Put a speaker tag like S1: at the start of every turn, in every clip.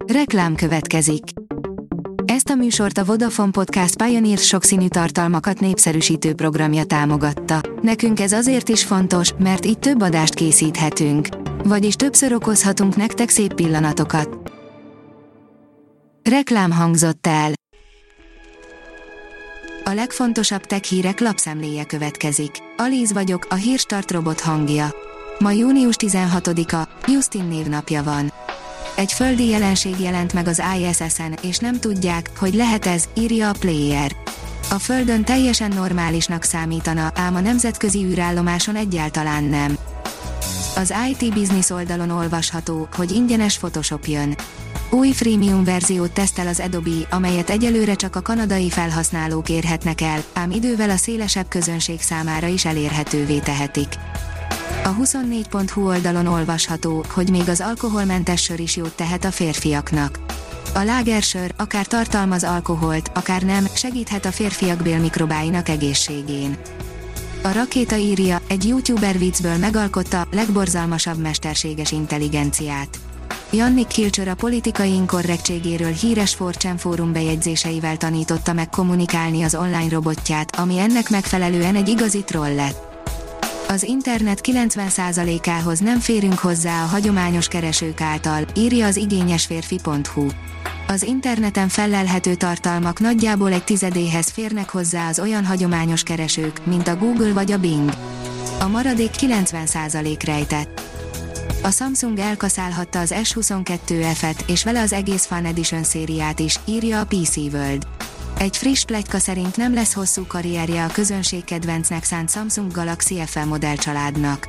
S1: Reklám következik. Ezt a műsort a Vodafone Podcast Pioneer sokszínű tartalmakat népszerűsítő programja támogatta. Nekünk ez azért is fontos, mert így több adást készíthetünk. Vagyis többször okozhatunk nektek szép pillanatokat. Reklám hangzott el. A legfontosabb tech hírek lapszemléje következik. Alíz vagyok, a Hírstart robot hangja. Ma június 16-a, Justin névnapja van. Egy földi jelenség jelent meg az ISS-en, és nem tudják, hogy lehet ez, írja a Player. A Földön teljesen normálisnak számítana, ám a nemzetközi űrállomáson egyáltalán nem. Az IT Business oldalon olvasható, hogy ingyenes Photoshop jön. Új freemium verziót tesztel az Adobe, amelyet egyelőre csak a kanadai felhasználók érhetnek el, ám idővel a szélesebb közönség számára is elérhetővé tehetik. A 24.hu oldalon olvasható, hogy még az alkoholmentes sör is jót tehet a férfiaknak. A lágersör, akár tartalmaz alkoholt, akár nem, segíthet a férfiak bélmikrobáinak egészségén. A Rakéta írja, egy youtuber viccből megalkotta legborzalmasabb mesterséges intelligenciát. Jannik Kilcsör a politikai inkorrektségéről híres 4chan fórum bejegyzéseivel tanította meg kommunikálni az online robotját, ami ennek megfelelően egy igazi troll lett. Az internet 90%-ához nem férünk hozzá a hagyományos keresők által, írja az igényesférfi.hu. Az interneten fellelhető tartalmak nagyjából egy tizedéhez férnek hozzá az olyan hagyományos keresők, mint a Google vagy a Bing. A maradék 90% rejtett. A Samsung elkaszálhatta az S22F-et, és vele az egész Fan Edition szériát is, írja a PC World. Egy friss pletyka szerint nem lesz hosszú karrierje a közönség kedvencnek szánt Samsung Galaxy FE modellcsaládnak.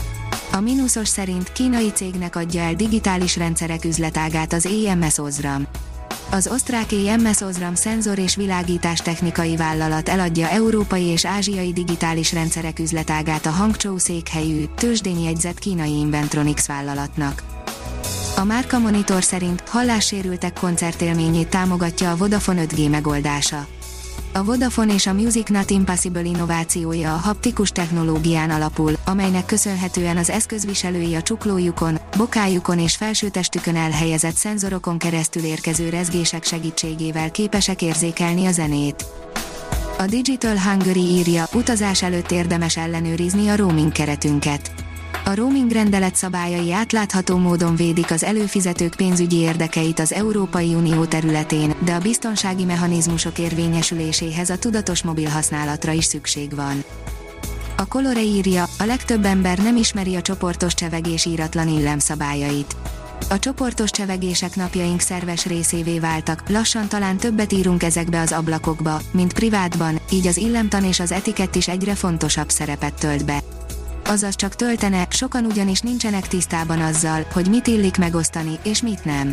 S1: A mínuszos szerint kínai cégnek adja el digitális rendszerek üzletágát az EMS Osram. Az osztrák EMS Osram szenzor és világítás technikai vállalat eladja európai és ázsiai digitális rendszerek üzletágát a Hangzhou székhelyű, tőzsdén jegyzett kínai Inventronics vállalatnak. A Márka Monitor szerint hallássérültek koncertélményét támogatja a Vodafone 5G megoldása. A Vodafone és a Music Not Impossible innovációja a haptikus technológián alapul, amelynek köszönhetően az eszközviselői a csuklójukon, bokájukon és felsőtestükön elhelyezett szenzorokon keresztül érkező rezgések segítségével képesek érzékelni a zenét. A Digital Hungary írja, utazás előtt érdemes ellenőrizni a roaming keretünket. A roaming rendelet szabályai átlátható módon védik az előfizetők pénzügyi érdekeit az Európai Unió területén, de a biztonsági mechanizmusok érvényesüléséhez a tudatos mobil használatra is szükség van. A Colore írja, a legtöbb ember nem ismeri a csoportos csevegés íratlan illemszabályait. A csoportos csevegések napjaink szerves részévé váltak, lassan talán többet írunk ezekbe az ablakokba, mint privátban, így az illemtan és az etikett is egyre fontosabb szerepet tölt be. Azaz csak töltene, sokan ugyanis nincsenek tisztában azzal, hogy mit illik megosztani, és mit nem.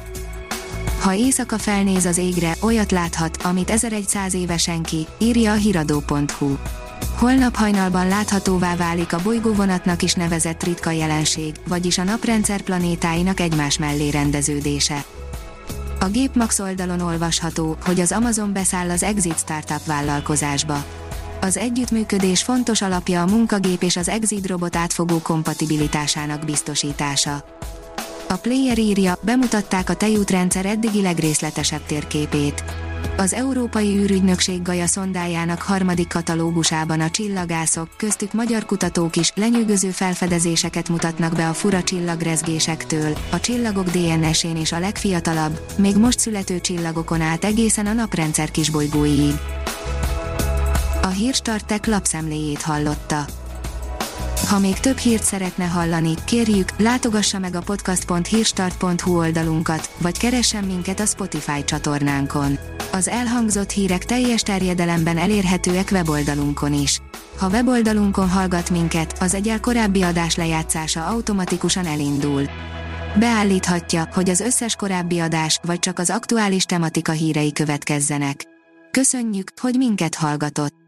S1: Ha éjszaka felnéz az égre, olyat láthat, amit 1100 éve senki, írja a hiradó.hu. Holnap hajnalban láthatóvá válik a bolygóvonatnak is nevezett ritka jelenség, vagyis a naprendszer planétáinak egymás mellé rendeződése. A Gépmax oldalon olvasható, hogy az Amazon beszáll az Exit startup vállalkozásba. Az együttműködés fontos alapja a munkagép és az Exit robot átfogó kompatibilitásának biztosítása. A Player írja, bemutatták a tejútrendszer eddigi legrészletesebb térképét. Az Európai űrügynökség Gaia szondájának harmadik katalógusában a csillagászok, köztük magyar kutatók is lenyűgöző felfedezéseket mutatnak be a fura csillagrezgésektől, a csillagok DNS-én és a legfiatalabb, még most születő csillagokon át egészen a naprendszer kisbolygóiig. A Hírstart Tech lapszemléjét hallotta. Ha még több hírt szeretne hallani, kérjük, látogassa meg a podcast.hírstart.hu oldalunkat, vagy keressen minket a Spotify csatornánkon. Az elhangzott hírek teljes terjedelemben elérhetőek weboldalunkon is. Ha weboldalunkon hallgat minket, az egyel korábbi adás lejátszása automatikusan elindul. Beállíthatja, hogy az összes korábbi adás, vagy csak az aktuális tematika hírei következzenek. Köszönjük, hogy minket hallgatott!